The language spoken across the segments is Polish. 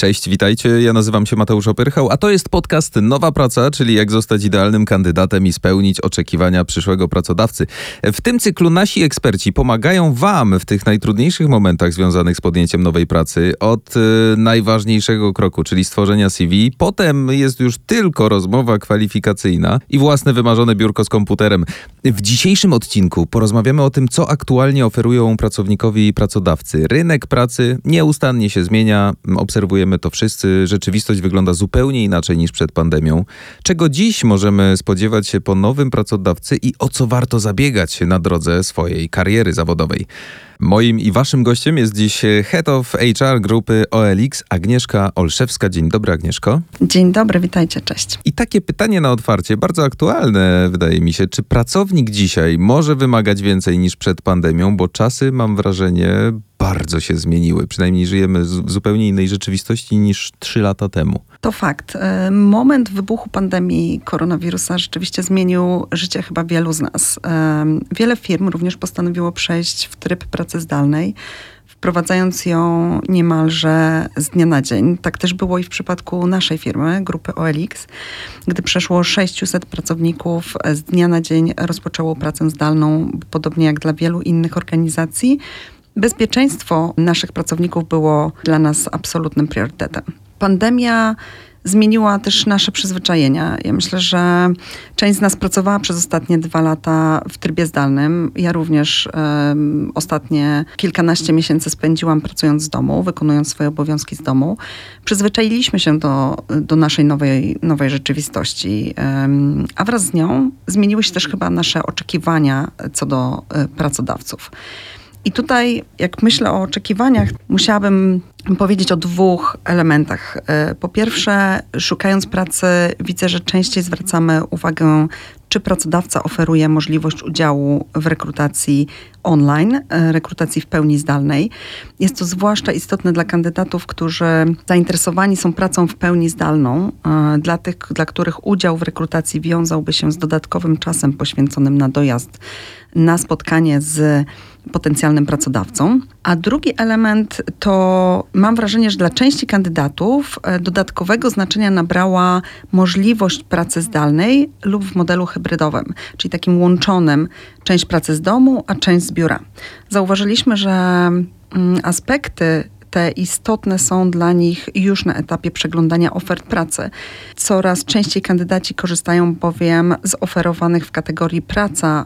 Cześć, witajcie. Ja nazywam się Mateusz Opyrchał, a to jest podcast Nowa Praca, czyli jak zostać idealnym kandydatem i spełnić oczekiwania przyszłego pracodawcy. W tym cyklu nasi eksperci pomagają Wam w tych najtrudniejszych momentach związanych z podjęciem nowej pracy. Od najważniejszego kroku, czyli stworzenia CV. Potem jest już tylko rozmowa kwalifikacyjna i własne wymarzone biurko z komputerem. W dzisiejszym odcinku porozmawiamy o tym, co aktualnie oferują pracownikowi pracodawcy. Rynek pracy nieustannie się zmienia, obserwujemy to wszyscy. Rzeczywistość wygląda zupełnie inaczej niż przed pandemią. Czego dziś możemy spodziewać się po nowym pracodawcy i o co warto zabiegać na drodze swojej kariery zawodowej? Moim i waszym gościem jest dziś Head of HR grupy OLX, Agnieszka Olszewska. Dzień dobry, Agnieszko. Dzień dobry, witajcie, cześć. I takie pytanie na otwarcie, bardzo aktualne wydaje mi się. Czy pracownik dzisiaj może wymagać więcej niż przed pandemią? Bo czasy, mam wrażenie, bardzo się zmieniły. Przynajmniej żyjemy w zupełnie innej rzeczywistości niż 3 lata temu. To fakt. Moment wybuchu pandemii koronawirusa rzeczywiście zmienił życie chyba wielu z nas. Wiele firm również postanowiło przejść w tryb pracy zdalnej, wprowadzając ją niemalże z dnia na dzień. Tak też było i w przypadku naszej firmy, grupy OLX, gdy przeszło 600 pracowników z dnia na dzień rozpoczęło pracę zdalną, podobnie jak dla wielu innych organizacji. Bezpieczeństwo naszych pracowników było dla nas absolutnym priorytetem. Pandemia zmieniła też nasze przyzwyczajenia. Ja myślę, że część z nas pracowała przez ostatnie 2 lata w trybie zdalnym. Ja również ostatnie kilkanaście miesięcy spędziłam pracując z domu, wykonując swoje obowiązki z domu. Przyzwyczailiśmy się do naszej nowej rzeczywistości, a wraz z nią zmieniły się też chyba nasze oczekiwania co do pracodawców. I tutaj, jak myślę o oczekiwaniach, musiałabym powiedzieć o 2 elementach. Po pierwsze, szukając pracy, widzę, że częściej zwracamy uwagę, czy pracodawca oferuje możliwość udziału w rekrutacji online, rekrutacji w pełni zdalnej. Jest to zwłaszcza istotne dla kandydatów, którzy zainteresowani są pracą w pełni zdalną, dla tych, dla których udział w rekrutacji wiązałby się z dodatkowym czasem poświęconym na dojazd na spotkanie z potencjalnym pracodawcą. A drugi element to mam wrażenie, że dla części kandydatów dodatkowego znaczenia nabrała możliwość pracy zdalnej lub w modelu hybrydowym, czyli takim łączonym, część pracy z domu, a część z biura. Zauważyliśmy, że aspekty te istotne są dla nich już na etapie przeglądania ofert pracy. Coraz częściej kandydaci korzystają bowiem z oferowanych w kategorii praca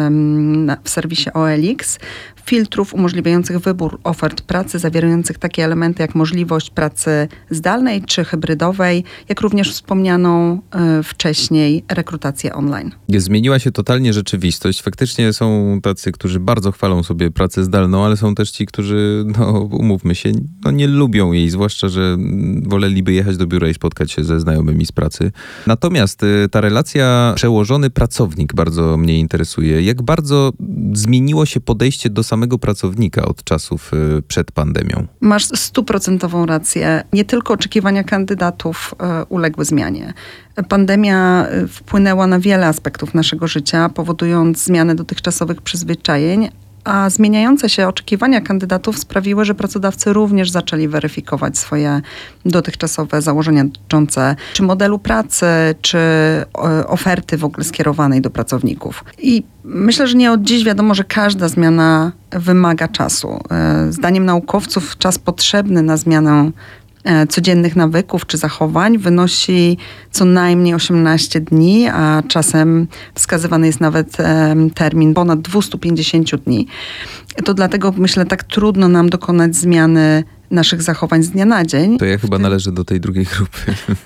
w serwisie OLX filtrów umożliwiających wybór ofert pracy, zawierających takie elementy jak możliwość pracy zdalnej czy hybrydowej, jak również wspomnianą wcześniej rekrutację online. Zmieniła się totalnie rzeczywistość. Faktycznie są tacy, którzy bardzo chwalą sobie pracę zdalną, ale są też ci, którzy, umówmy się, nie lubią jej, zwłaszcza, że woleliby jechać do biura i spotkać się ze znajomymi z pracy. Natomiast ta relacja przełożony pracownik bardzo mnie interesuje. Jak bardzo zmieniło się podejście do samego pracownika od czasów przed pandemią? Masz 100% rację. Nie tylko oczekiwania kandydatów uległy zmianie. Pandemia wpłynęła na wiele aspektów naszego życia, powodując zmianę dotychczasowych przyzwyczajeń, a zmieniające się oczekiwania kandydatów sprawiły, że pracodawcy również zaczęli weryfikować swoje dotychczasowe założenia dotyczące czy modelu pracy, czy oferty w ogóle skierowanej do pracowników. I myślę, że nie od dziś wiadomo, że każda zmiana wymaga czasu. Zdaniem naukowców czas potrzebny na zmianę codziennych nawyków czy zachowań wynosi co najmniej 18 dni, a czasem wskazywany jest nawet termin ponad 250 dni. To dlatego myślę, tak trudno nam dokonać zmiany naszych zachowań z dnia na dzień. To ja chyba należę do tej drugiej grupy.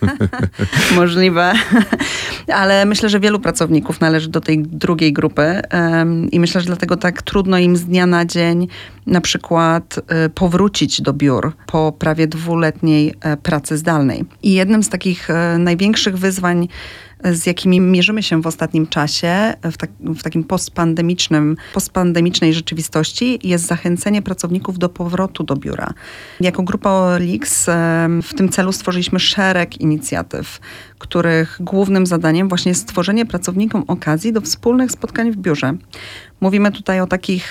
Możliwe, ale myślę, że wielu pracowników należy do tej drugiej grupy i myślę, że dlatego tak trudno im z dnia na dzień na przykład powrócić do biur po prawie 2-letniej pracy zdalnej. I jednym z takich największych wyzwań, z jakimi mierzymy się w ostatnim czasie, w takim postpandemicznej rzeczywistości, jest zachęcenie pracowników do powrotu do biura. Jako grupa OLX w tym celu stworzyliśmy szereg inicjatyw, których głównym zadaniem właśnie jest stworzenie pracownikom okazji do wspólnych spotkań w biurze. Mówimy tutaj o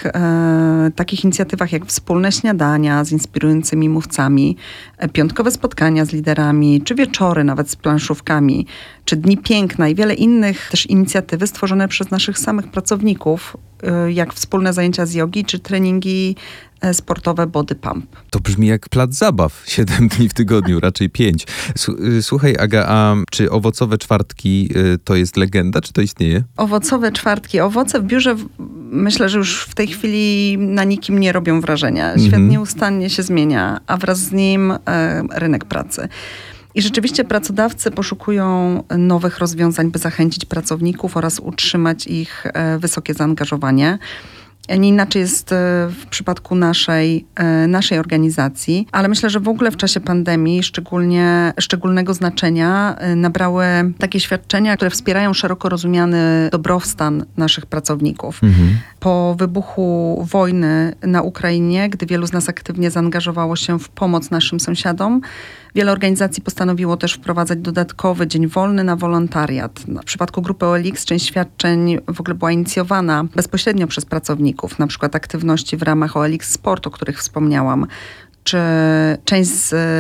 takich inicjatywach jak wspólne śniadania z inspirującymi mówcami, piątkowe spotkania z liderami, czy wieczory nawet z planszówkami, czy Dni Piękna i wiele innych też inicjatywy stworzone przez naszych samych pracowników, jak wspólne zajęcia z jogi, czy treningi sportowe body pump. To brzmi jak plac zabaw. 7 dni w tygodniu, raczej 5. Słuchaj, Aga, a czy owocowe czwartki to jest legenda, czy to istnieje? Owocowe czwartki. Owoce w biurze myślę, że już w tej chwili na nikim nie robią wrażenia. Świat nieustannie się zmienia, a wraz z nim rynek pracy. I rzeczywiście pracodawcy poszukują nowych rozwiązań, by zachęcić pracowników oraz utrzymać ich wysokie zaangażowanie. Nie inaczej jest w przypadku naszej organizacji, ale myślę, że w ogóle w czasie pandemii szczególnego znaczenia nabrały takie świadczenia, które wspierają szeroko rozumiany dobrostan naszych pracowników. Po wybuchu wojny na Ukrainie, gdy wielu z nas aktywnie zaangażowało się w pomoc naszym sąsiadom, wiele organizacji postanowiło też wprowadzać dodatkowy dzień wolny na wolontariat. W przypadku grupy OLX część świadczeń w ogóle była inicjowana bezpośrednio przez pracowników, na przykład aktywności w ramach OLX Sport, o których wspomniałam. Czy część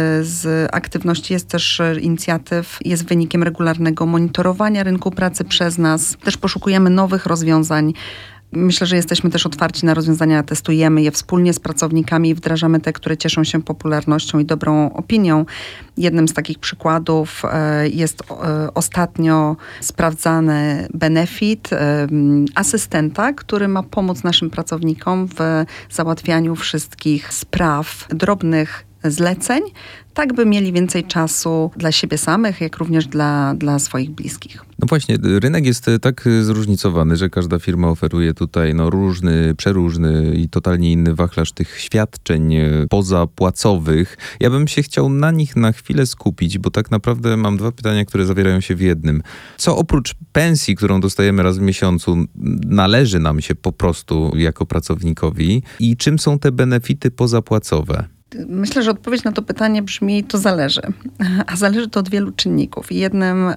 z aktywności inicjatyw jest wynikiem regularnego monitorowania rynku pracy przez nas. Też poszukujemy nowych rozwiązań. Myślę, że jesteśmy też otwarci na rozwiązania, testujemy je wspólnie z pracownikami i wdrażamy te, które cieszą się popularnością i dobrą opinią. Jednym z takich przykładów jest ostatnio sprawdzany benefit asystenta, który ma pomóc naszym pracownikom w załatwianiu wszystkich spraw, drobnych zleceń, tak by mieli więcej czasu dla siebie samych, jak również dla swoich bliskich. No właśnie, rynek jest tak zróżnicowany, że każda firma oferuje tutaj przeróżny i totalnie inny wachlarz tych świadczeń pozapłacowych. Ja bym się chciał na nich na chwilę skupić, bo tak naprawdę mam 2 pytania, które zawierają się w jednym. Co oprócz pensji, którą dostajemy raz w miesiącu, należy nam się po prostu jako pracownikowi i czym są te benefity pozapłacowe? Myślę, że odpowiedź na to pytanie brzmi, to zależy. A zależy to od wielu czynników. I jednym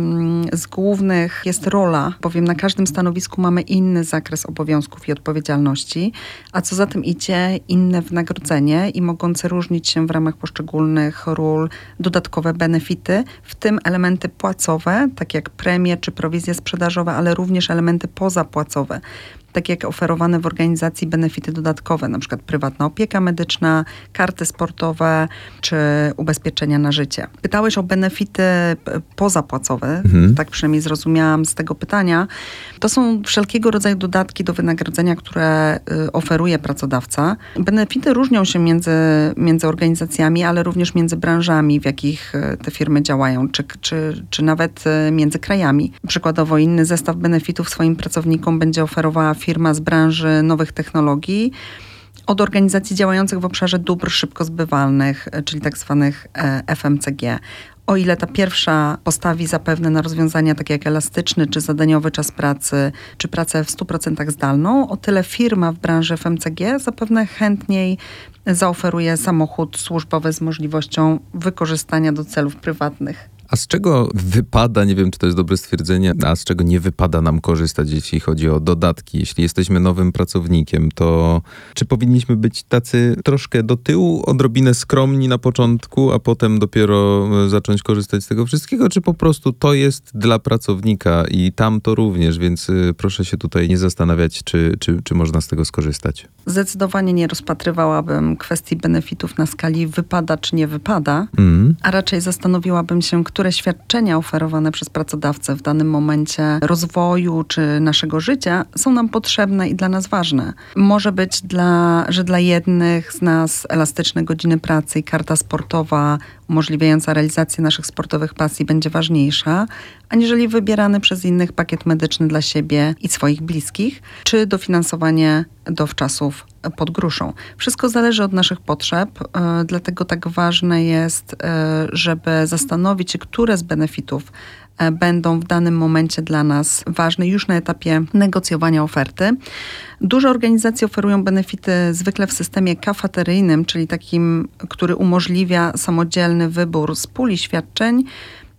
z głównych jest rola, bowiem na każdym stanowisku mamy inny zakres obowiązków i odpowiedzialności, a co za tym idzie, inne wynagrodzenie i mogące różnić się w ramach poszczególnych ról dodatkowe benefity, w tym elementy płacowe, tak jak premie czy prowizje sprzedażowe, ale również elementy pozapłacowe. Tak jak oferowane w organizacji benefity dodatkowe, na przykład prywatna opieka medyczna, karty sportowe czy ubezpieczenia na życie. Pytałeś o benefity pozapłacowe, tak przynajmniej zrozumiałam z tego pytania. To są wszelkiego rodzaju dodatki do wynagrodzenia, które oferuje pracodawca. Benefity różnią się między organizacjami, ale również między branżami, w jakich te firmy działają, czy nawet między krajami. Przykładowo inny zestaw benefitów swoim pracownikom będzie oferowała firma z branży nowych technologii od organizacji działających w obszarze dóbr szybko zbywalnych, czyli tak zwanych FMCG. O ile ta pierwsza postawi zapewne na rozwiązania takie jak elastyczny czy zadaniowy czas pracy, czy pracę w 100% zdalną, o tyle firma w branży FMCG zapewne chętniej zaoferuje samochód służbowy z możliwością wykorzystania do celów prywatnych. A z czego wypada, nie wiem, czy to jest dobre stwierdzenie, a z czego nie wypada nam korzystać, jeśli chodzi o dodatki? Jeśli jesteśmy nowym pracownikiem, to czy powinniśmy być tacy troszkę do tyłu, odrobinę skromni na początku, a potem dopiero zacząć korzystać z tego wszystkiego? Czy po prostu to jest dla pracownika i tam to również, więc proszę się tutaj nie zastanawiać, czy można z tego skorzystać? Zdecydowanie nie rozpatrywałabym kwestii benefitów na skali wypada czy nie wypada, a raczej zastanowiłabym się, które świadczenia oferowane przez pracodawcę w danym momencie rozwoju czy naszego życia są nam potrzebne i dla nas ważne. Może być, że dla jednych z nas elastyczne godziny pracy i karta sportowa umożliwiająca realizację naszych sportowych pasji będzie ważniejsza, aniżeli wybierany przez innych pakiet medyczny dla siebie i swoich bliskich, czy dofinansowanie dowczasów pod gruszą. Wszystko zależy od naszych potrzeb, dlatego tak ważne jest, żeby zastanowić się, które z benefitów będą w danym momencie dla nas ważne już na etapie negocjowania oferty. Duże organizacje oferują benefity zwykle w systemie kafeteryjnym, czyli takim, który umożliwia samodzielny wybór z puli świadczeń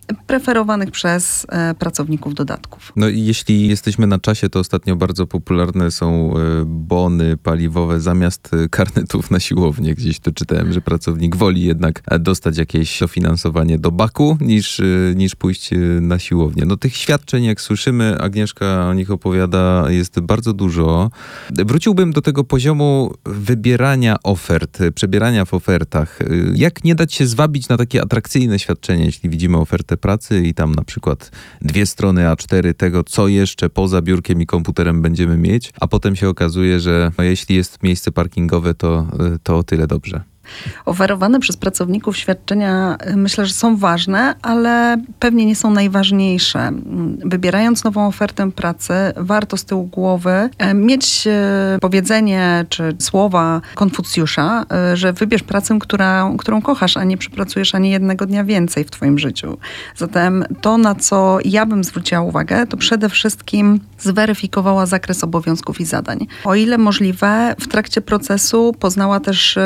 preferowanych przez pracowników dodatków. No i jeśli jesteśmy na czasie, to ostatnio bardzo popularne są bony paliwowe zamiast karnetów na siłownię. Gdzieś tu czytałem, że pracownik woli jednak dostać jakieś dofinansowanie do baku niż pójść na siłownię. No tych świadczeń, jak słyszymy, Agnieszka o nich opowiada, jest bardzo dużo. Wróciłbym do tego poziomu wybierania ofert, przebierania w ofertach. Jak nie dać się zwabić na takie atrakcyjne świadczenie, jeśli widzimy ofertę pracy i tam na przykład 2 strony A4 tego, co jeszcze poza biurkiem i komputerem będziemy mieć, a potem się okazuje, że jeśli jest miejsce parkingowe, to o tyle dobrze. Oferowane przez pracowników świadczenia myślę, że są ważne, ale pewnie nie są najważniejsze. Wybierając nową ofertę pracy, warto z tyłu głowy mieć powiedzenie czy słowa Konfucjusza, że wybierz pracę, którą kochasz, a nie przepracujesz ani jednego dnia więcej w twoim życiu. Zatem to, na co ja bym zwróciła uwagę, to przede wszystkim zweryfikowała zakres obowiązków i zadań. O ile możliwe, w trakcie procesu poznała też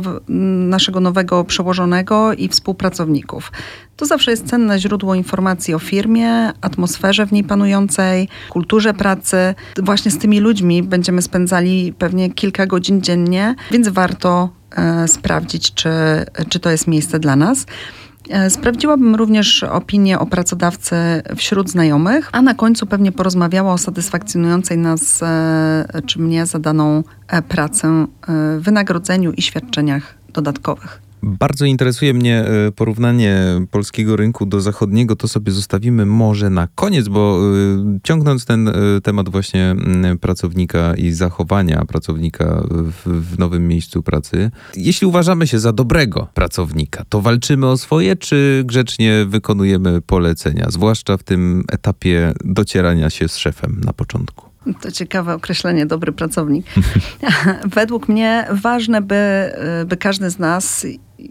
naszego nowego przełożonego i współpracowników. To zawsze jest cenne źródło informacji o firmie, atmosferze w niej panującej, kulturze pracy. Właśnie z tymi ludźmi będziemy spędzali pewnie kilka godzin dziennie, więc warto sprawdzić, czy to jest miejsce dla nas. Sprawdziłabym również opinię o pracodawcy wśród znajomych, a na końcu pewnie porozmawiała o satysfakcjonującej nas czy mnie zadaną pracę, wynagrodzeniu i świadczeniach dodatkowych. Bardzo interesuje mnie porównanie polskiego rynku do zachodniego. To sobie zostawimy może na koniec, bo ciągnąc ten temat właśnie pracownika i zachowania pracownika w nowym miejscu pracy. Jeśli uważamy się za dobrego pracownika, to walczymy o swoje, czy grzecznie wykonujemy polecenia? Zwłaszcza w tym etapie docierania się z szefem na początku. To ciekawe określenie, dobry pracownik. Według mnie ważne, by każdy z nas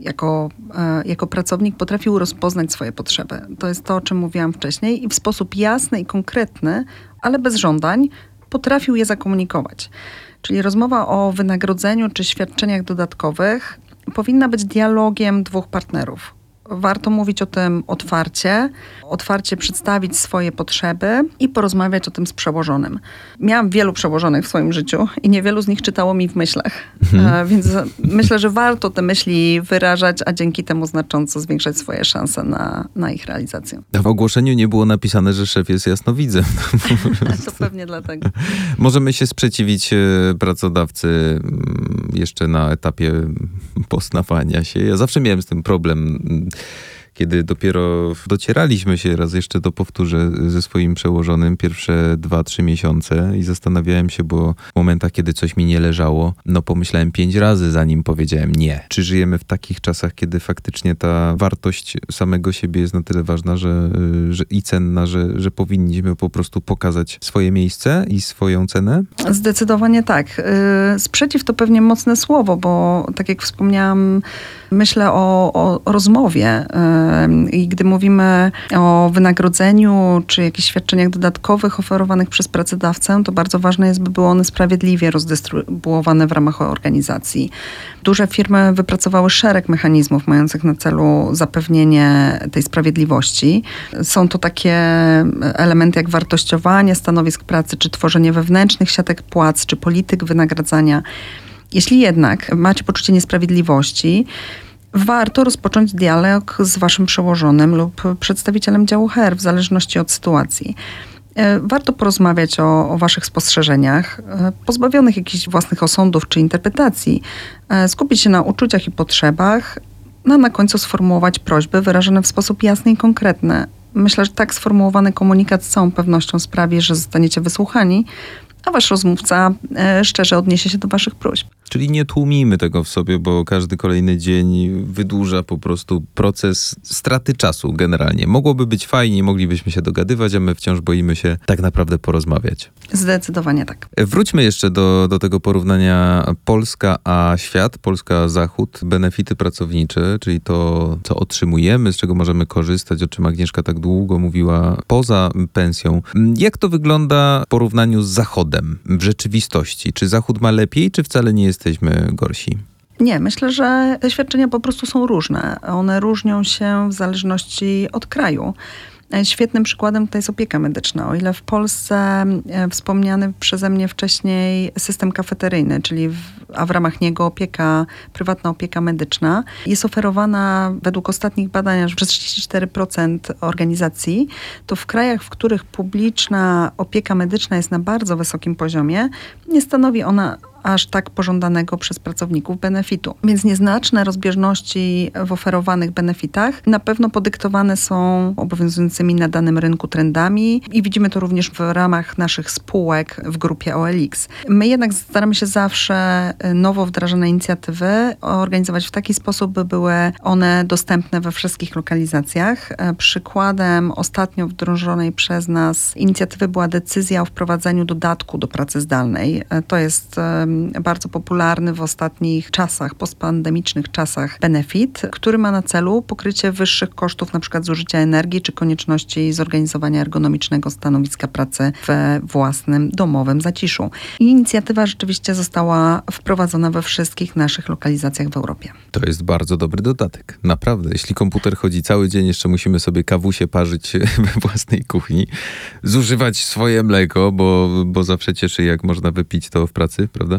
jako pracownik potrafił rozpoznać swoje potrzeby. To jest to, o czym mówiłam wcześniej i w sposób jasny i konkretny, ale bez żądań, potrafił je zakomunikować. Czyli rozmowa o wynagrodzeniu czy świadczeniach dodatkowych powinna być dialogiem dwóch partnerów. Warto mówić o tym otwarcie przedstawić swoje potrzeby i porozmawiać o tym z przełożonym. Miałam wielu przełożonych w swoim życiu i niewielu z nich czytało mi w myślach. Więc myślę, że warto te myśli wyrażać, a dzięki temu znacząco zwiększać swoje szanse na ich realizację. A w ogłoszeniu nie było napisane, że szef jest jasnowidzem. To pewnie dlatego. Możemy się sprzeciwić pracodawcy jeszcze na etapie poznawania się. Ja zawsze miałem z tym problem, kiedy dopiero docieraliśmy się, raz jeszcze to powtórzę, ze swoim przełożonym pierwsze 2-3 miesiące i zastanawiałem się, bo w momentach, kiedy coś mi nie leżało, pomyślałem 5 razy, zanim powiedziałem nie. Czy żyjemy w takich czasach, kiedy faktycznie ta wartość samego siebie jest na tyle ważna, że i cenna, że powinniśmy po prostu pokazać swoje miejsce i swoją cenę? Zdecydowanie tak. Sprzeciw to pewnie mocne słowo, bo tak jak wspomniałam, myślę o rozmowie. I gdy mówimy o wynagrodzeniu czy jakichś świadczeniach dodatkowych oferowanych przez pracodawcę, to bardzo ważne jest, by były one sprawiedliwie rozdystrybuowane w ramach organizacji. Duże firmy wypracowały szereg mechanizmów mających na celu zapewnienie tej sprawiedliwości. Są to takie elementy jak wartościowanie stanowisk pracy, czy tworzenie wewnętrznych siatek płac, czy polityk wynagradzania. Jeśli jednak macie poczucie niesprawiedliwości, warto rozpocząć dialog z waszym przełożonym lub przedstawicielem działu HR w zależności od sytuacji. Warto porozmawiać o waszych spostrzeżeniach, pozbawionych jakichś własnych osądów czy interpretacji, skupić się na uczuciach i potrzebach, a na końcu sformułować prośby wyrażone w sposób jasny i konkretny. Myślę, że tak sformułowany komunikat z całą pewnością sprawi, że zostaniecie wysłuchani, a wasz rozmówca szczerze odniesie się do waszych próśb. Czyli nie tłumimy tego w sobie, bo każdy kolejny dzień wydłuża po prostu proces straty czasu generalnie. Mogłoby być fajnie, moglibyśmy się dogadywać, a my wciąż boimy się tak naprawdę porozmawiać. Zdecydowanie tak. Wróćmy jeszcze do tego porównania Polska a świat, Polska a Zachód, benefity pracownicze, czyli to, co otrzymujemy, z czego możemy korzystać, o czym Agnieszka tak długo mówiła, poza pensją. Jak to wygląda w porównaniu z Zachodem w rzeczywistości? Czy Zachód ma lepiej, czy wcale nie jesteśmy gorsi? Nie, myślę, że te świadczenia po prostu są różne. One różnią się w zależności od kraju. Świetnym przykładem tutaj jest opieka medyczna. O ile w Polsce wspomniany przeze mnie wcześniej system kafeteryjny, a w ramach niego prywatna opieka medyczna, jest oferowana według ostatnich badań aż przez 34% organizacji, to w krajach, w których publiczna opieka medyczna jest na bardzo wysokim poziomie, nie stanowi ona aż tak pożądanego przez pracowników benefitu. Więc nieznaczne rozbieżności w oferowanych benefitach na pewno podyktowane są obowiązującymi na danym rynku trendami i widzimy to również w ramach naszych spółek w grupie OLX. My jednak staramy się zawsze nowo wdrażane inicjatywy organizować w taki sposób, by były one dostępne we wszystkich lokalizacjach. Przykładem ostatnio wdrożonej przez nas inicjatywy była decyzja o wprowadzeniu dodatku do pracy zdalnej. To jest bardzo popularny w ostatnich czasach, postpandemicznych czasach benefit, który ma na celu pokrycie wyższych kosztów, na przykład zużycia energii, czy konieczności zorganizowania ergonomicznego stanowiska pracy we własnym domowym zaciszu. I inicjatywa rzeczywiście została wprowadzona we wszystkich naszych lokalizacjach w Europie. To jest bardzo dobry dodatek. Naprawdę. Jeśli komputer chodzi cały dzień, jeszcze musimy sobie kawusie parzyć we własnej kuchni, zużywać swoje mleko, bo zawsze cieszy, jak można wypić to w pracy, prawda?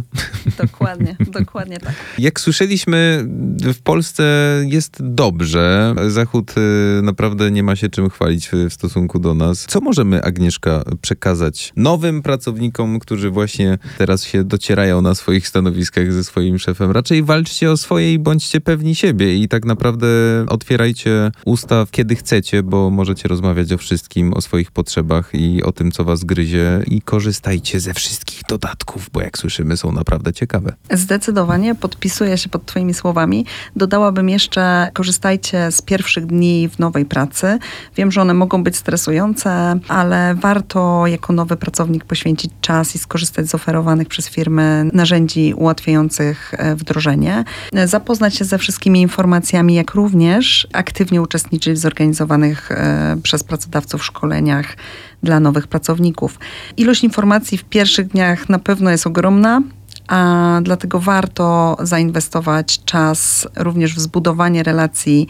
Dokładnie tak. Jak słyszeliśmy, w Polsce jest dobrze. Zachód naprawdę nie ma się czym chwalić w stosunku do nas. Co możemy, Agnieszka, przekazać nowym pracownikom, którzy właśnie teraz się docierają na swoich stanowiskach ze swoim szefem? Raczej walczcie o swoje i bądźcie pewni siebie i tak naprawdę otwierajcie usta kiedy chcecie, bo możecie rozmawiać o wszystkim, o swoich potrzebach i o tym, co was gryzie i korzystajcie ze wszystkich dodatków, bo jak słyszymy, są naprawdę ciekawe. Zdecydowanie podpisuję się pod twoimi słowami. Dodałabym jeszcze, korzystajcie z pierwszych dni w nowej pracy. Wiem, że one mogą być stresujące, ale warto jako nowy pracownik poświęcić czas i skorzystać z oferowanych przez firmy narzędzi ułatwiających wdrożenie. Zapoznać się ze wszystkimi informacjami, jak również aktywnie uczestniczyć w zorganizowanych przez pracodawców szkoleniach dla nowych pracowników. Ilość informacji w pierwszych dniach na pewno jest ogromna, a dlatego warto zainwestować czas również w zbudowanie relacji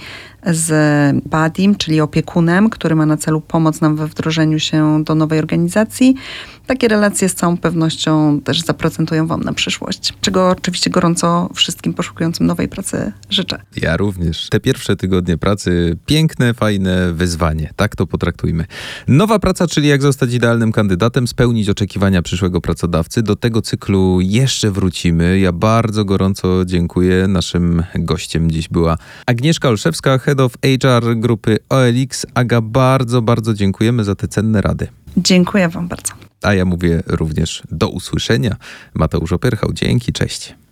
z buddym, czyli opiekunem, który ma na celu pomoc nam we wdrożeniu się do nowej organizacji. Takie relacje z całą pewnością też zaprocentują wam na przyszłość, czego oczywiście gorąco wszystkim poszukującym nowej pracy życzę. Ja również. Te pierwsze tygodnie pracy, piękne, fajne wyzwanie. Tak to potraktujmy. Nowa praca, czyli jak zostać idealnym kandydatem, spełnić oczekiwania przyszłego pracodawcy. Do tego cyklu jeszcze wrócimy. Ja bardzo gorąco dziękuję. Naszym gościem dziś była Agnieszka Olszewska, Head of HR grupy OLX. Aga, bardzo, bardzo dziękujemy za te cenne rady. Dziękuję wam bardzo. A ja mówię również do usłyszenia. Mateusz Opyrchał, dzięki, cześć.